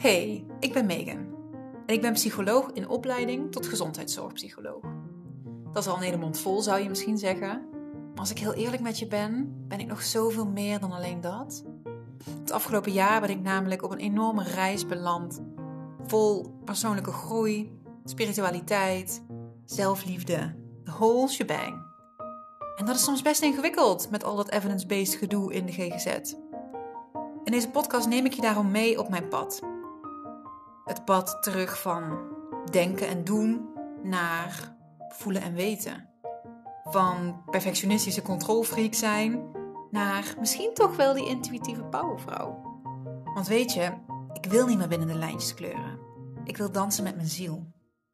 Hey, ik ben Megan en ik ben psycholoog in opleiding tot gezondheidszorgpsycholoog. Dat is al een hele mond vol, zou je misschien zeggen. Maar als ik heel eerlijk met je ben ik nog zoveel meer dan alleen dat. Het afgelopen jaar ben ik namelijk op een enorme reis beland, vol persoonlijke groei, spiritualiteit, zelfliefde, the whole shebang. En dat is soms best ingewikkeld met al dat evidence-based gedoe in de GGZ. In deze podcast neem ik je daarom mee op mijn pad. Het pad terug van denken en doen naar voelen en weten. Van perfectionistische controlfreak zijn naar misschien toch wel die intuïtieve powervrouw. Want weet je, ik wil niet meer binnen de lijntjes kleuren. Ik wil dansen met mijn ziel.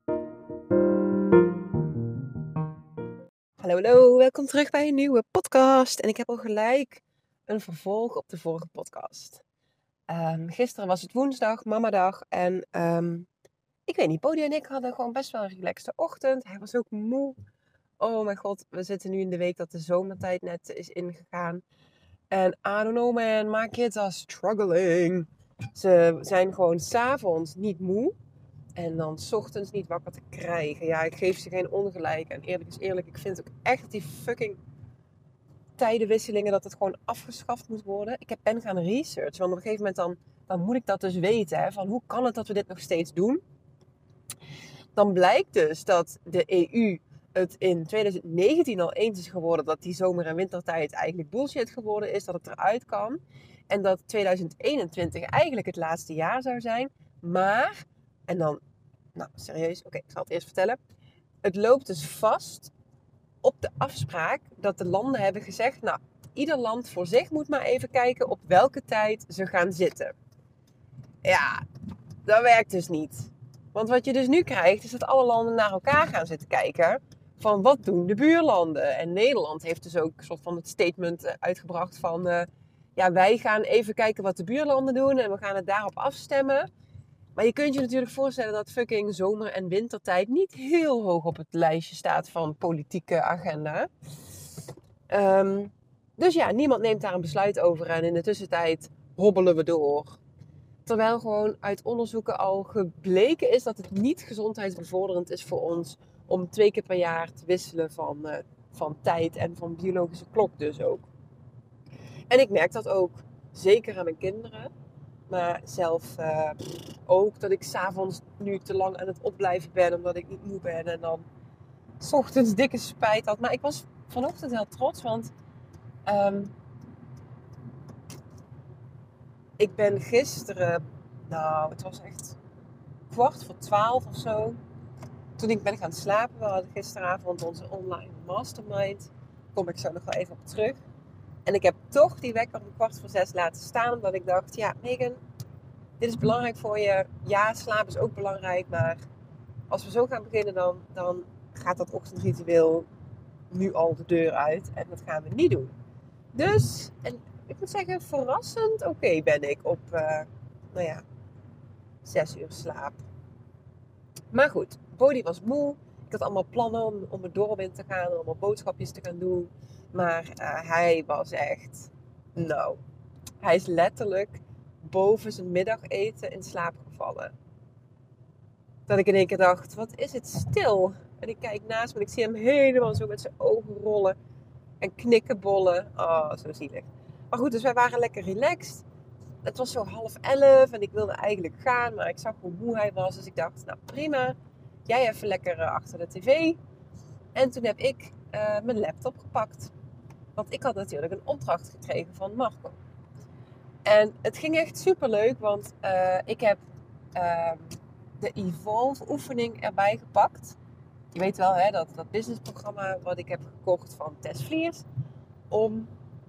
Hallo, welkom terug bij een nieuwe podcast. En ik heb al gelijk een vervolg op de vorige podcast. Gisteren was het woensdag, mamadag. En ik weet niet, Bodie en ik hadden gewoon best wel een relaxte ochtend. Hij was ook moe. Oh mijn god, we zitten nu in de week dat de zomertijd net is ingegaan. En I don't know man, my kids are struggling. Ze zijn gewoon 's avonds niet moe. En dan 's ochtends niet wakker te krijgen. Ja, ik geef ze geen ongelijk. En eerlijk is eerlijk, ik vind ook echt dat die fucking tijdenwisselingen, dat het gewoon afgeschaft moet worden. Ik ben gaan researchen, want op een gegeven moment dan moet ik dat dus weten. Hè, van hoe kan het dat we dit nog steeds doen? Dan blijkt dus dat de EU het in 2019 al eens is geworden dat die zomer- en wintertijd eigenlijk bullshit geworden is. Dat het eruit kan. En dat 2021 eigenlijk het laatste jaar zou zijn. Maar, en dan, nou serieus, oké, ik zal het eerst vertellen. Het loopt dus vast op de afspraak dat de landen hebben gezegd, nou, ieder land voor zich moet maar even kijken op welke tijd ze gaan zitten. Ja, dat werkt dus niet. Want wat je dus nu krijgt, is dat alle landen naar elkaar gaan zitten kijken van wat doen de buurlanden. En Nederland heeft dus ook een soort van het statement uitgebracht van, ja, wij gaan even kijken wat de buurlanden doen en we gaan het daarop afstemmen. Maar je kunt je natuurlijk voorstellen dat fucking zomer- en wintertijd niet heel hoog op het lijstje staat van politieke agenda. Dus ja, niemand neemt daar een besluit over en in de tussentijd hobbelen we door. Terwijl gewoon uit onderzoeken al gebleken is dat het niet gezondheidsbevorderend is voor ons om 2 keer per jaar te wisselen van tijd en van biologische klok dus ook. En ik merk dat ook zeker aan mijn kinderen. Maar zelf ook dat ik 's avonds nu te lang aan het opblijven ben omdat ik niet moe ben. En dan 's ochtends dikke spijt had. Maar ik was vanochtend heel trots, want ik ben gisteren, nou het was echt 11:15 of zo. Toen ik ben gaan slapen, we hadden gisteravond onze online mastermind. Daar kom ik zo nog wel even op terug. En ik heb toch die wekker om 5:15 laten staan. Omdat ik dacht, ja Megan, dit is belangrijk voor je. Ja, slaap is ook belangrijk. Maar als we zo gaan beginnen, dan gaat dat ochtendritueel nu al de deur uit. En dat gaan we niet doen. Dus, en ik moet zeggen, verrassend oké ben ik op, 6 uur slaap. Maar goed, Bodie was moe. Ik had allemaal plannen om het dorp in te gaan. Allemaal boodschapjes te gaan doen. Maar hij was echt, nou, hij is letterlijk boven zijn middageten in slaap gevallen. Dat ik in één keer dacht, wat is het stil? En ik kijk naast me en ik zie hem helemaal zo met zijn ogen rollen en knikkenbollen. Oh, zo zielig. Maar goed, dus wij waren lekker relaxed. Het was zo 10:30 en ik wilde eigenlijk gaan, maar ik zag hoe moe hij was. Dus ik dacht, nou prima, jij even lekker achter de tv. En toen heb ik mijn laptop gepakt. Want ik had natuurlijk een opdracht gekregen van Marco. En het ging echt super leuk, want ik heb de Evolve oefening erbij gepakt. Je weet wel, hè, dat businessprogramma wat ik heb gekocht van Tess Vliers. Om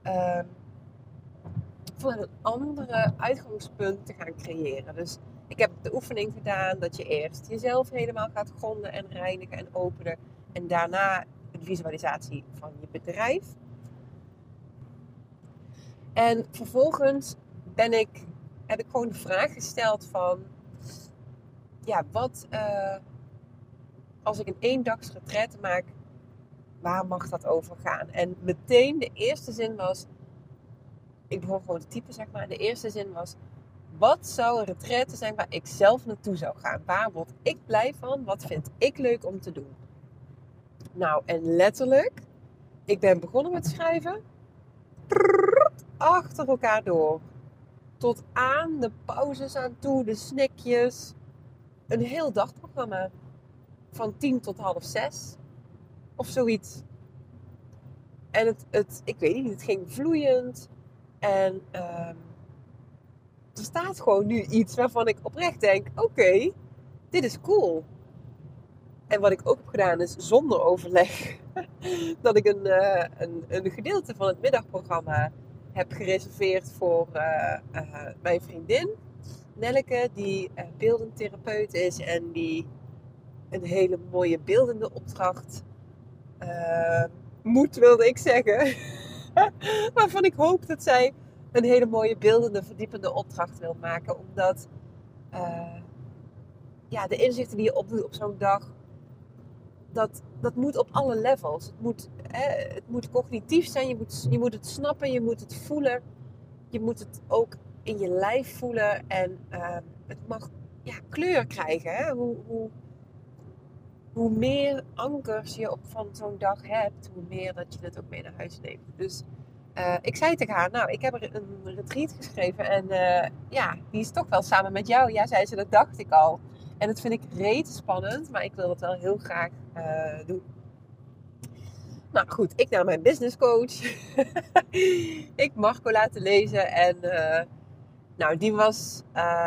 vanuit een andere uitgangspunt te gaan creëren. Dus ik heb de oefening gedaan dat je eerst jezelf helemaal gaat gronden en reinigen en openen. En daarna een visualisatie van je bedrijf. En vervolgens heb ik gewoon de vraag gesteld van, ja, wat als ik een eendagsretraite maak, waar mag dat over gaan? En meteen de eerste zin was, ik begon gewoon te typen zeg maar, de eerste zin was, Wat zou een retraite zijn waar ik zelf naartoe zou gaan? Waar word ik blij van? Wat vind ik leuk om te doen? Nou, en letterlijk, ik ben begonnen met schrijven. Achter elkaar door. Tot aan de pauzes aan toe, de snackjes. Een heel dagprogramma. Van 10 tot half 6. Of zoiets. En ik weet niet, het ging vloeiend. En er staat gewoon nu iets waarvan ik oprecht denk, oké, dit is cool. En wat ik ook heb gedaan is zonder overleg dat ik een gedeelte van het middagprogramma heb gereserveerd voor mijn vriendin Nelleke, die beeldend therapeut is en die een hele mooie beeldende opdracht wilde ik zeggen. Waarvan ik hoop dat zij een hele mooie beeldende, verdiepende opdracht wil maken. Omdat de inzichten die je opdoet op zo'n dag, dat moet op alle levels. Het moet cognitief zijn, je moet het snappen, je moet het voelen. Je moet het ook in je lijf voelen. En het mag kleur krijgen. Hè? Hoe meer ankers je van zo'n dag hebt, hoe meer dat je het ook mee naar huis neemt. Dus ik zei tegen haar, nou, ik heb er een retreat geschreven en die is toch wel samen met jou. Ja, zei ze, dat dacht ik al. En dat vind ik reet spannend, maar ik wil dat wel heel graag doen. Nou goed, ik naar mijn business coach. Ik Marco laten lezen en die was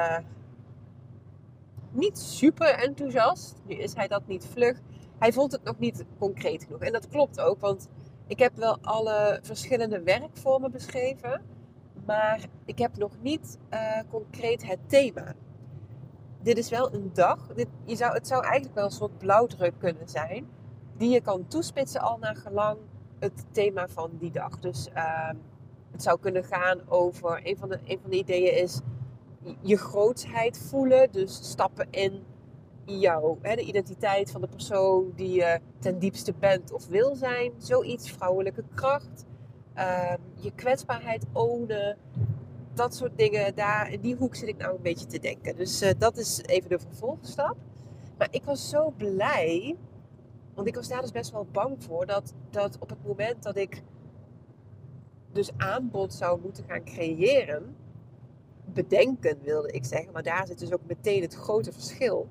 niet super enthousiast. Nu is hij dat niet vlug. Hij vond het nog niet concreet genoeg. En dat klopt ook, want ik heb wel alle verschillende werkvormen beschreven. Maar ik heb nog niet concreet het thema. Dit is wel een dag. Het zou eigenlijk wel een soort blauwdruk kunnen zijn. Die je kan toespitsen al naar gelang het thema van die dag. Dus het zou kunnen gaan over... Een van de ideeën is je grootsheid voelen. Dus stappen in jou. De identiteit van de persoon die je ten diepste bent of wil zijn. Zoiets, vrouwelijke kracht. Je kwetsbaarheid ownen. Dat soort dingen, in die hoek zit ik nou een beetje te denken. Dus dat is even de vervolgstap. Maar ik was zo blij, want ik was daar dus best wel bang voor, dat op het moment dat ik dus aanbod zou moeten gaan creëren, bedenken wilde ik zeggen, maar daar zit dus ook meteen het grote verschil.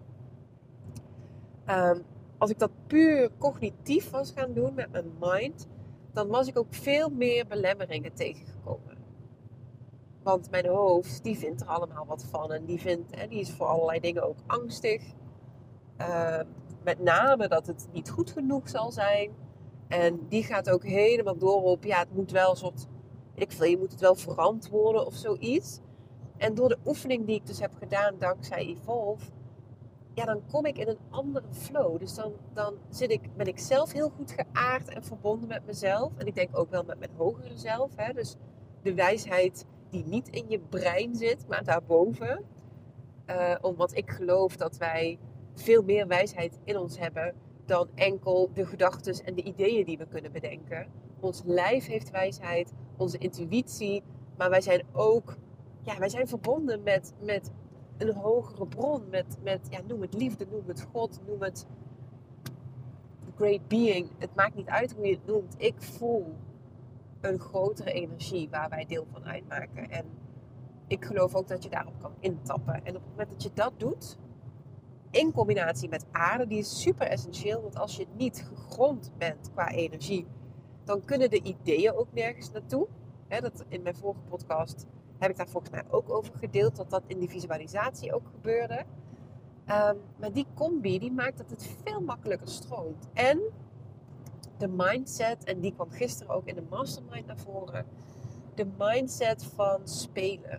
Als ik dat puur cognitief was gaan doen met mijn mind, dan was ik ook veel meer belemmeringen tegengekomen. Want mijn hoofd, die vindt er allemaal wat van. En die is voor allerlei dingen ook angstig. Met name dat het niet goed genoeg zal zijn. En die gaat ook helemaal door op, het moet wel een soort... je moet het wel verantwoorden of zoiets. En door de oefening die ik dus heb gedaan dankzij Evolve... dan kom ik in een andere flow. Dus dan ben ik zelf heel goed geaard en verbonden met mezelf. En ik denk ook wel met mijn hogere zelf. Hè? Dus de wijsheid die niet in je brein zit, maar daarboven. Omdat ik geloof dat wij veel meer wijsheid in ons hebben dan enkel de gedachten en de ideeën die we kunnen bedenken. Ons lijf heeft wijsheid, onze intuïtie, maar wij zijn ook, wij zijn verbonden met een hogere bron, noem het liefde, noem het God, noem het great being. Het maakt niet uit hoe je het noemt. Ik voel een grotere energie waar wij deel van uitmaken. En ik geloof ook dat je daarop kan intappen. En op het moment dat je dat doet, in combinatie met aarde, die is super essentieel. Want als je niet gegrond bent qua energie, dan kunnen de ideeën ook nergens naartoe. Dat in mijn vorige podcast heb ik daar volgens mij ook over gedeeld, dat in die visualisatie ook gebeurde. Maar die combi, die maakt dat het veel makkelijker stroomt. En de mindset, en die kwam gisteren ook in de mastermind naar voren. De mindset van spelen.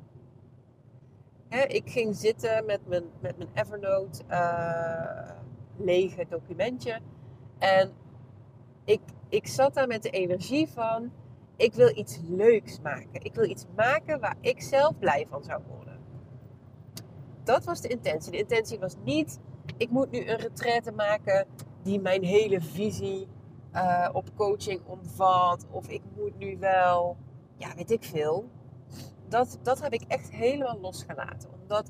Ik ging zitten met mijn Evernote lege documentje. En ik zat daar met de energie van, ik wil iets leuks maken. Ik wil iets maken waar ik zelf blij van zou worden. Dat was de intentie. De intentie was niet, ik moet nu een retraite maken die mijn hele visie op coaching omvat. Of ik moet nu wel, weet ik veel, dat heb ik echt helemaal losgelaten. Omdat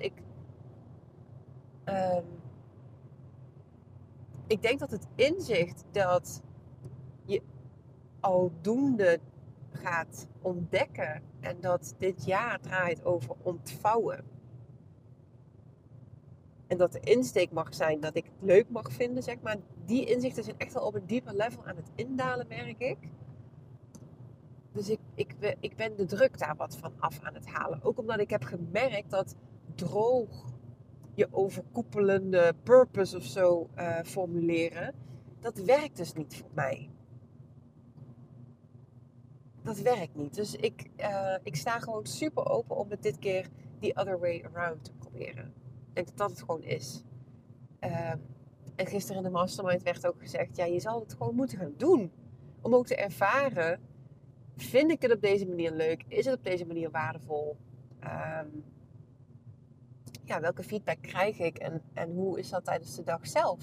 ehm, ik denk dat het inzicht dat je aldoende gaat ontdekken en dat dit jaar draait over ontvouwen. En dat de insteek mag zijn dat ik het leuk mag vinden, zeg maar. Die inzichten zijn echt wel op een dieper level aan het indalen, merk ik. Dus ik ben de druk daar wat van af aan het halen. Ook omdat ik heb gemerkt dat droog je overkoepelende purpose of zo formuleren, dat werkt dus niet voor mij. Dat werkt niet. Dus ik sta gewoon super open om het dit keer the other way around te proberen. Ik denk dat dat het gewoon is. En gisteren in de mastermind werd ook gezegd, ja, je zal het gewoon moeten gaan doen. Om ook te ervaren, vind ik het op deze manier leuk? Is het op deze manier waardevol? Ja, welke feedback krijg ik? En hoe is dat tijdens de dag zelf?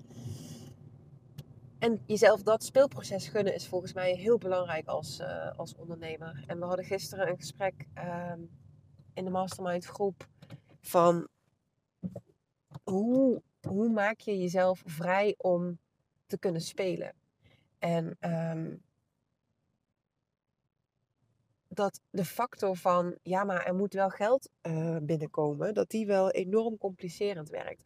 En jezelf dat speelproces gunnen is volgens mij heel belangrijk als ondernemer. En we hadden gisteren een gesprek in de mastermind groep van hoe maak je jezelf vrij om te kunnen spelen? En dat de factor van, ja, maar er moet wel geld binnenkomen, dat die wel enorm complicerend werkt.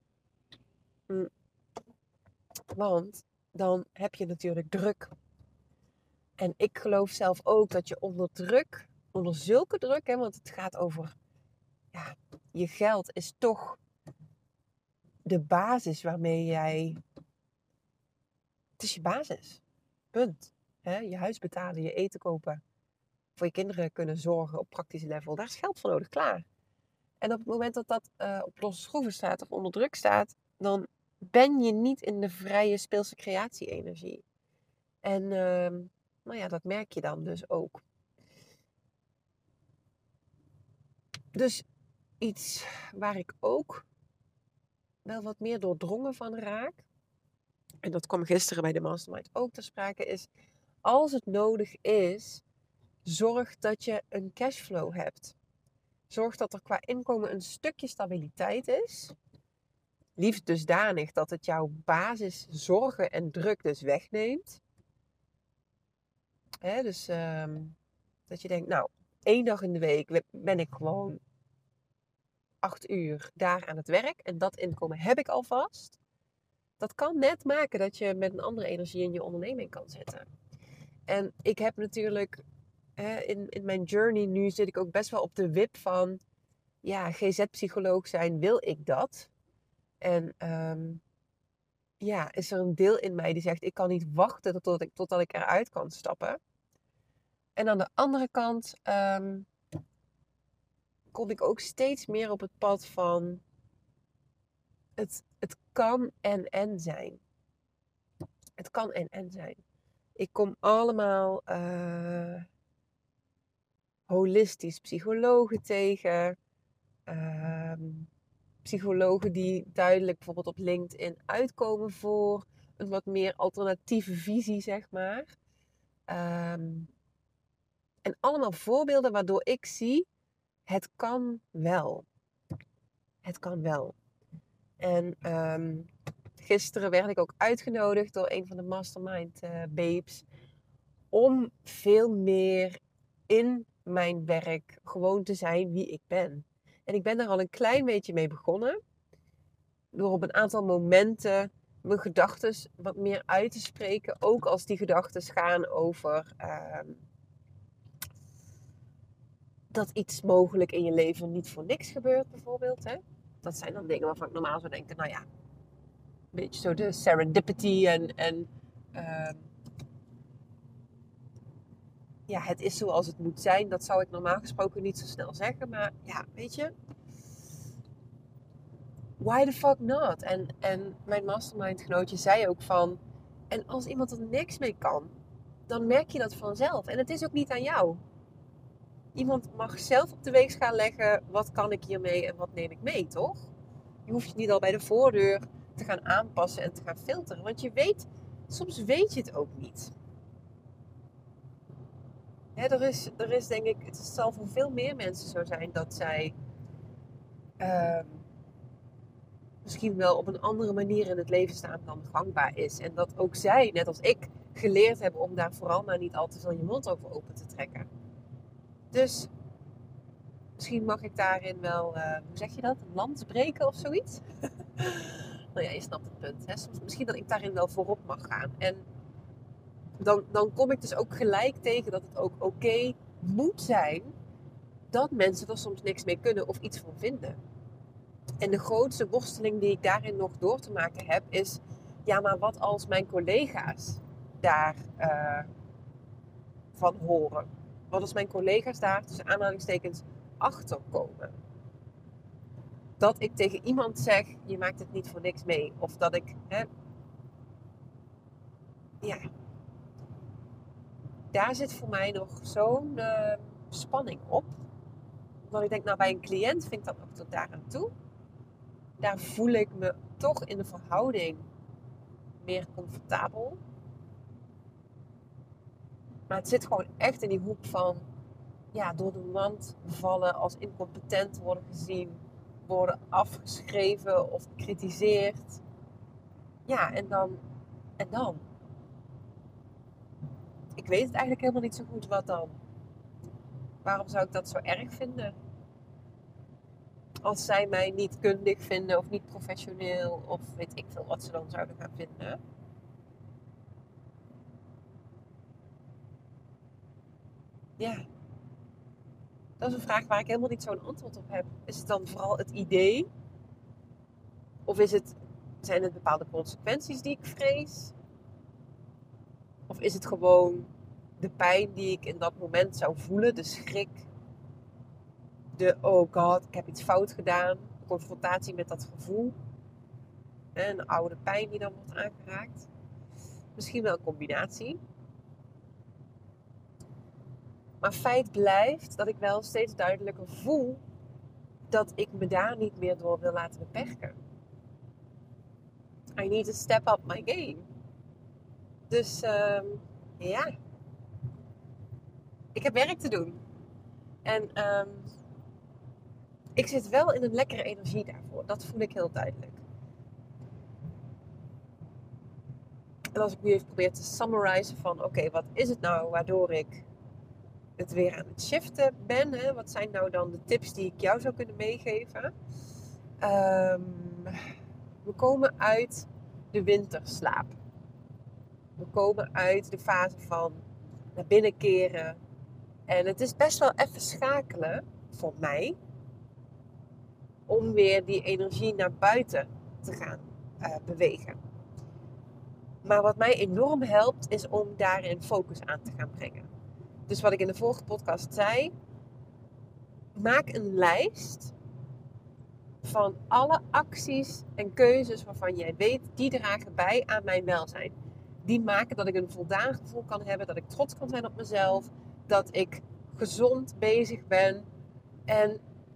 Want dan heb je natuurlijk druk. En ik geloof zelf ook dat je onder druk, onder zulke druk, hè, want het gaat over, ja, je geld is toch de basis waarmee jij, het is je basis. Punt. Hè? Je huis betalen, je eten kopen, voor je kinderen kunnen zorgen op praktisch level. Daar is geld voor nodig, klaar. En op het moment dat dat op losse schroeven staat of onder druk staat, dan ben je niet in de vrije speelse creatie-energie. En nou ja, dat merk je dan dus ook. Dus iets waar ik ook wel wat meer doordrongen van raak, en dat kwam gisteren bij de mastermind ook ter sprake, is als het nodig is, zorg dat je een cashflow hebt. Zorg dat er qua inkomen een stukje stabiliteit is. Liefst dusdanig dat het jouw basis zorgen en druk dus wegneemt. Dus dat je denkt, nou, 1 dag in de week ben ik gewoon 8 uur daar aan het werk. En dat inkomen heb ik alvast. Dat kan net maken dat je met een andere energie in je onderneming kan zitten. En ik heb natuurlijk, in mijn journey nu zit ik ook best wel op de wip van, ja, GZ-psycholoog zijn, wil ik dat? En ja, is er een deel in mij die zegt, ik kan niet wachten totdat ik eruit kan stappen. En aan de andere kant kom ik ook steeds meer op het pad van, het kan en zijn. Het kan en zijn. Ik kom allemaal holistisch psychologen tegen. Psychologen die duidelijk bijvoorbeeld op LinkedIn uitkomen voor een wat meer alternatieve visie, zeg maar. En allemaal voorbeelden waardoor ik zie, het kan wel. Het kan wel. En gisteren werd ik ook uitgenodigd door een van de mastermind babes om veel meer in mijn werk gewoon te zijn wie ik ben. En ik ben daar al een klein beetje mee begonnen. Door op een aantal momenten mijn gedachten wat meer uit te spreken. Ook als die gedachten gaan over dat iets mogelijk in je leven niet voor niks gebeurt bijvoorbeeld. Hè? Dat zijn dan dingen waarvan ik normaal zou denken, nou ja, een beetje zo de serendipity en ja, het is zoals het moet zijn. Dat zou ik normaal gesproken niet zo snel zeggen. Maar ja, weet je, why the fuck not? En mijn mastermind genootje zei ook van, en als iemand er niks mee kan, dan merk je dat vanzelf. En het is ook niet aan jou. Iemand mag zelf op de weegschaal leggen, wat kan ik hiermee en wat neem ik mee, toch? Je hoeft je niet al bij de voordeur te gaan aanpassen en te gaan filteren. Want je weet, soms weet je het ook niet. er is denk ik, het zal voor veel meer mensen zo zijn dat zij misschien wel op een andere manier in het leven staan dan gangbaar is. En dat ook zij, net als ik, geleerd hebben om daar vooral maar niet al te veel je mond over open te trekken. Dus misschien mag ik daarin wel, hoe zeg je dat? Een lans breken of zoiets? Nou ja, je snapt het punt. Hè? Soms, misschien dat ik daarin wel voorop mag gaan. En dan kom ik dus ook gelijk tegen dat het ook oké moet zijn dat mensen er soms niks mee kunnen of iets van vinden. En de grootste worsteling die ik daarin nog door te maken heb is, ja, maar wat als mijn collega's daar van horen? Wat als mijn collega's daar tussen aanhalingstekens achterkomen? Dat ik tegen iemand zeg, je maakt het niet voor niks mee. Of dat ik, daar zit voor mij nog zo'n spanning op. Omdat ik denk, nou bij een cliënt vind ik dat nog tot daar aan toe. Daar voel ik me toch in de verhouding meer comfortabel. Maar het zit gewoon echt in die hoek van, ja, door de mand vallen, als incompetent worden gezien, worden afgeschreven of gekritiseerd. Ja, en dan? Ik weet het eigenlijk helemaal niet zo goed, wat dan? Waarom zou ik dat zo erg vinden? Als zij mij niet kundig vinden of niet professioneel of weet ik veel wat ze dan zouden gaan vinden. Ja, dat is een vraag waar ik helemaal niet zo'n antwoord op heb. Is het dan vooral het idee? Of zijn het bepaalde consequenties die ik vrees? Of is het gewoon de pijn die ik in dat moment zou voelen, de schrik, de oh god, ik heb iets fout gedaan, de confrontatie met dat gevoel, een oude pijn die dan wordt aangeraakt. Misschien wel een combinatie. Maar feit blijft dat ik wel steeds duidelijker voel dat ik me daar niet meer door wil laten beperken. I need to step up my game. Dus ja, ik heb werk te doen. En ik zit wel in een lekkere energie daarvoor. Dat voel ik heel duidelijk. En als ik nu even probeer te summarizen van oké, wat is het nou waardoor ik het weer aan het shiften ben? Hè? Wat zijn nou dan de tips die ik jou zou kunnen meegeven? We komen uit de winterslaap. We komen uit de fase van naar binnen keren. En het is best wel even schakelen voor mij om weer die energie naar buiten te gaan bewegen. Maar wat mij enorm helpt is om daarin focus aan te gaan brengen. Dus wat ik in de vorige podcast zei, maak een lijst van alle acties en keuzes waarvan jij weet, die dragen bij aan mijn welzijn. Die maken dat ik een voldaan gevoel kan hebben, dat ik trots kan zijn op mezelf, dat ik gezond bezig ben. En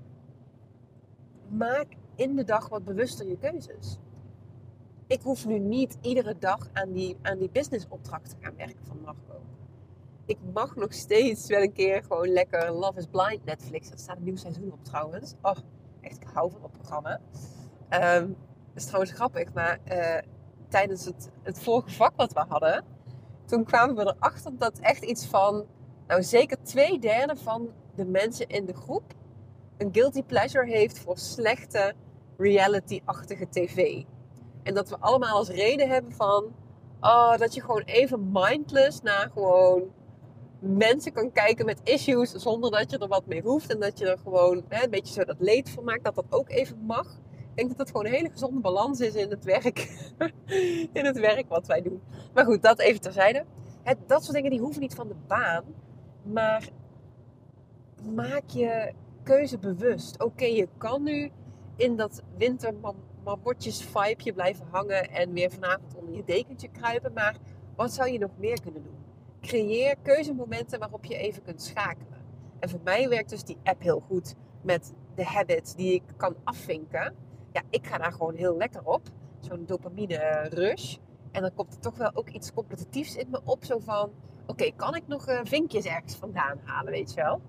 maak in de dag wat bewuster je keuzes. Ik hoef nu niet iedere dag aan die businessopdracht te gaan werken van Marco. Ik mag nog steeds wel een keer gewoon lekker Love is Blind Netflix. Er staat een nieuw seizoen op trouwens. Oh, echt, ik hou van dat programma. Dat is trouwens grappig, maar tijdens het vorige vak wat we hadden, toen kwamen we erachter dat echt iets van, nou zeker 2/3 van de mensen in de groep een guilty pleasure heeft voor slechte reality-achtige tv. En dat we allemaal als reden hebben van, dat je gewoon even mindless naar gewoon mensen kan kijken met issues zonder dat je er wat mee hoeft. En dat je er gewoon een beetje zo dat leed van maakt, dat ook even mag. Ik denk dat dat gewoon een hele gezonde balans is in het werk. In het werk wat wij doen. Maar goed, dat even terzijde. Dat soort dingen die hoeven niet van de baan. Maar maak je keuze bewust. Oké, je kan nu in dat wintermamotjes vibeje blijven hangen en weer vanavond onder je dekentje kruipen. Maar wat zou je nog meer kunnen doen? Creëer keuzemomenten waarop je even kunt schakelen. En voor mij werkt dus die app heel goed met de habits die ik kan afvinken. Ja, ik ga daar gewoon heel lekker op. Zo'n dopamine rush. En dan komt er toch wel ook iets competitiefs in me op. Zo van, oké, kan ik nog vinkjes ergens vandaan halen, weet je wel?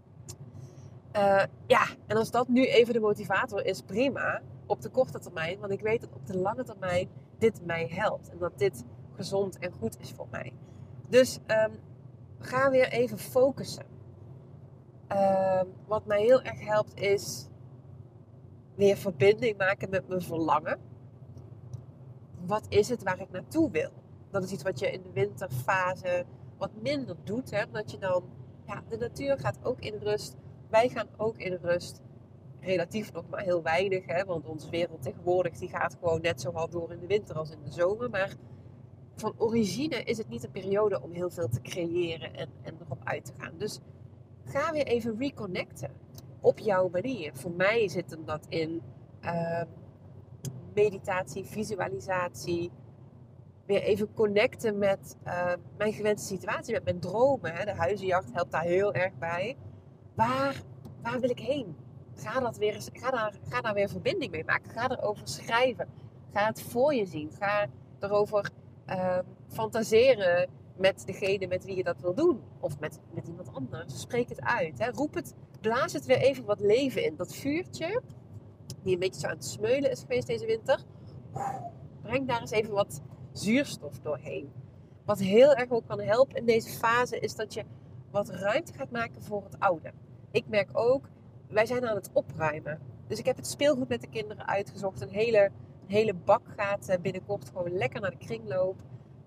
Ja, en als dat nu even de motivator is, prima. Op de korte termijn. Want ik weet dat op de lange termijn dit mij helpt. En dat dit gezond en goed is voor mij. Dus ga weer even focussen. Wat mij heel erg helpt is weer verbinding maken met mijn verlangen. Wat is het waar ik naartoe wil? Dat is iets wat je in de winterfase wat minder doet. Hè? Omdat je dan, ja, de natuur gaat ook in rust. Wij gaan ook in rust. Relatief nog maar heel weinig. Hè? Want onze wereld tegenwoordig die gaat gewoon net zo hard door in de winter als in de zomer. Maar van origine is het niet een periode om heel veel te creëren en erop uit te gaan. Dus ga weer even reconnecten op jouw manier. Voor mij zit hem dat in meditatie, visualisatie. Weer even connecten met mijn gewenste situatie, met mijn dromen. Hè. De huizenjacht helpt daar heel erg bij. Waar wil ik heen? Ga daar weer verbinding mee maken. Ga erover schrijven. Ga het voor je zien. Ga erover fantaseren met degene met wie je dat wil doen. Of met iemand anders. Spreek het uit. Hè. Blaas het weer even wat leven in. Dat vuurtje, die een beetje zo aan het smeulen is geweest deze winter. Breng daar eens even wat zuurstof doorheen. Wat heel erg ook kan helpen in deze fase is dat je wat ruimte gaat maken voor het oude. Ik merk ook, wij zijn aan het opruimen. Dus ik heb het speelgoed met de kinderen uitgezocht. Een hele bak gaat binnenkort gewoon lekker naar de kringloop.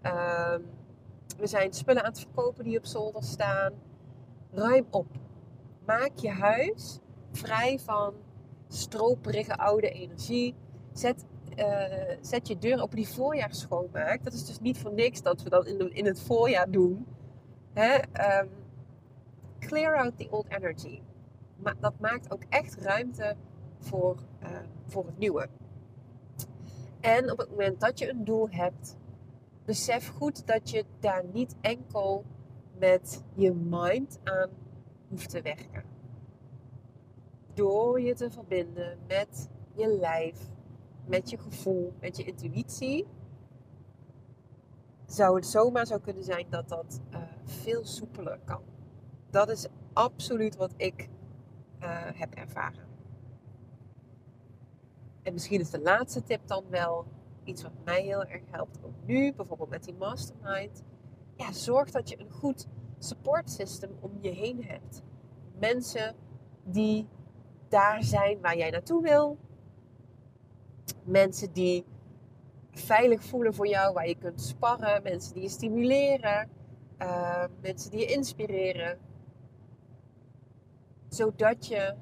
We zijn spullen aan het verkopen die op zolder staan. Ruim op. Maak je huis vrij van stroperige oude energie. Zet je deur open, die voorjaarsschoonmaak. Dat is dus niet voor niks dat we dat in het voorjaar doen. Hè? Clear out the old energy. Maar dat maakt ook echt ruimte voor het nieuwe. En op het moment dat je een doel hebt, besef goed dat je daar niet enkel met je mind aan hoeft te werken. Door je te verbinden met je lijf, met je gevoel, met je intuïtie, zou het zomaar zo kunnen zijn dat dat veel soepeler kan. Dat is absoluut wat ik heb ervaren. En misschien is de laatste tip dan wel iets wat mij heel erg helpt. Ook nu, bijvoorbeeld met die mastermind. Ja, zorg dat je een goed support system om je heen hebt. Mensen die daar zijn waar jij naartoe wil. Mensen die veilig voelen voor jou, waar je kunt sparren. Mensen die je stimuleren. Mensen die je inspireren. Zodat je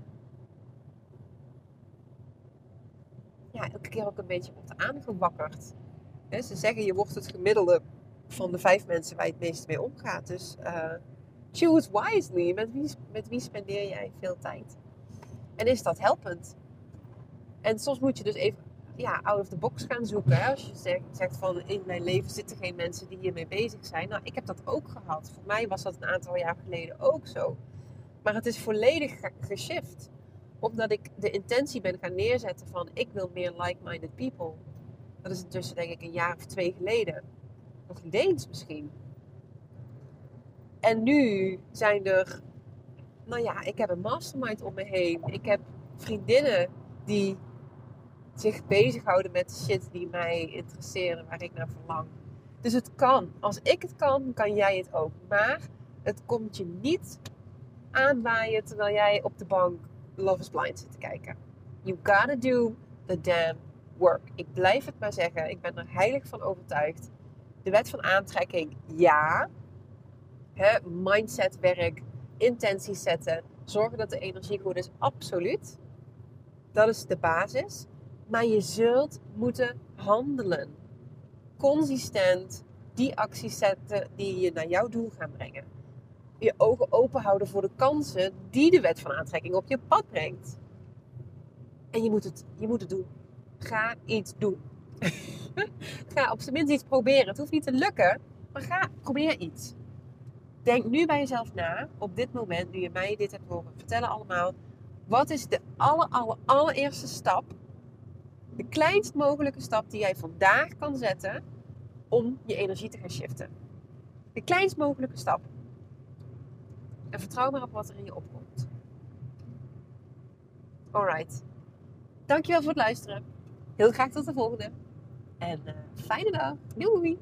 elke keer ook een beetje wordt aangewakkerd. Ze zeggen, je wordt het gemiddelde van de 5 mensen waar je het meest mee omgaat. Dus choose wisely. Met wie spendeer jij veel tijd? En is dat helpend? En soms moet je dus even out of the box gaan zoeken. Hè? Als je zegt van, in mijn leven zitten geen mensen die hiermee bezig zijn. Nou, ik heb dat ook gehad. Voor mij was dat een aantal jaar geleden ook zo. Maar het is volledig geshift. Omdat ik de intentie ben gaan neerzetten van, ik wil meer like-minded people. Dat is intussen denk ik een jaar of 2 geleden. Nog niet eens misschien. En nu zijn er, ik heb een mastermind om me heen. Ik heb vriendinnen die zich bezighouden met shit die mij interesseren, waar ik naar verlang. Dus het kan. Als ik het kan, kan jij het ook. Maar het komt je niet aanwaaien terwijl jij op de bank Love is Blind zit te kijken. You gotta do the damn work. Ik blijf het maar zeggen. Ik ben er heilig van overtuigd. De wet van aantrekking, ja. Mindsetwerk, intenties zetten, zorgen dat de energie goed is, absoluut. Dat is de basis. Maar je zult moeten handelen. Consistent die acties zetten die je naar jouw doel gaan brengen. Je ogen open houden voor de kansen die de wet van aantrekking op je pad brengt. En je moet het doen. Ga iets doen. Ga op zijn minst iets proberen. Het hoeft niet te lukken, maar probeer iets. Denk nu bij jezelf na, op dit moment, nu je mij dit hebt horen vertellen allemaal. Wat is de allereerste stap, de kleinst mogelijke stap die jij vandaag kan zetten om je energie te gaan shiften? De kleinst mogelijke stap. En vertrouw maar op wat er in je opkomt. Alright. Dankjewel voor het luisteren. Heel graag tot de volgende. En fijne dag. Doei!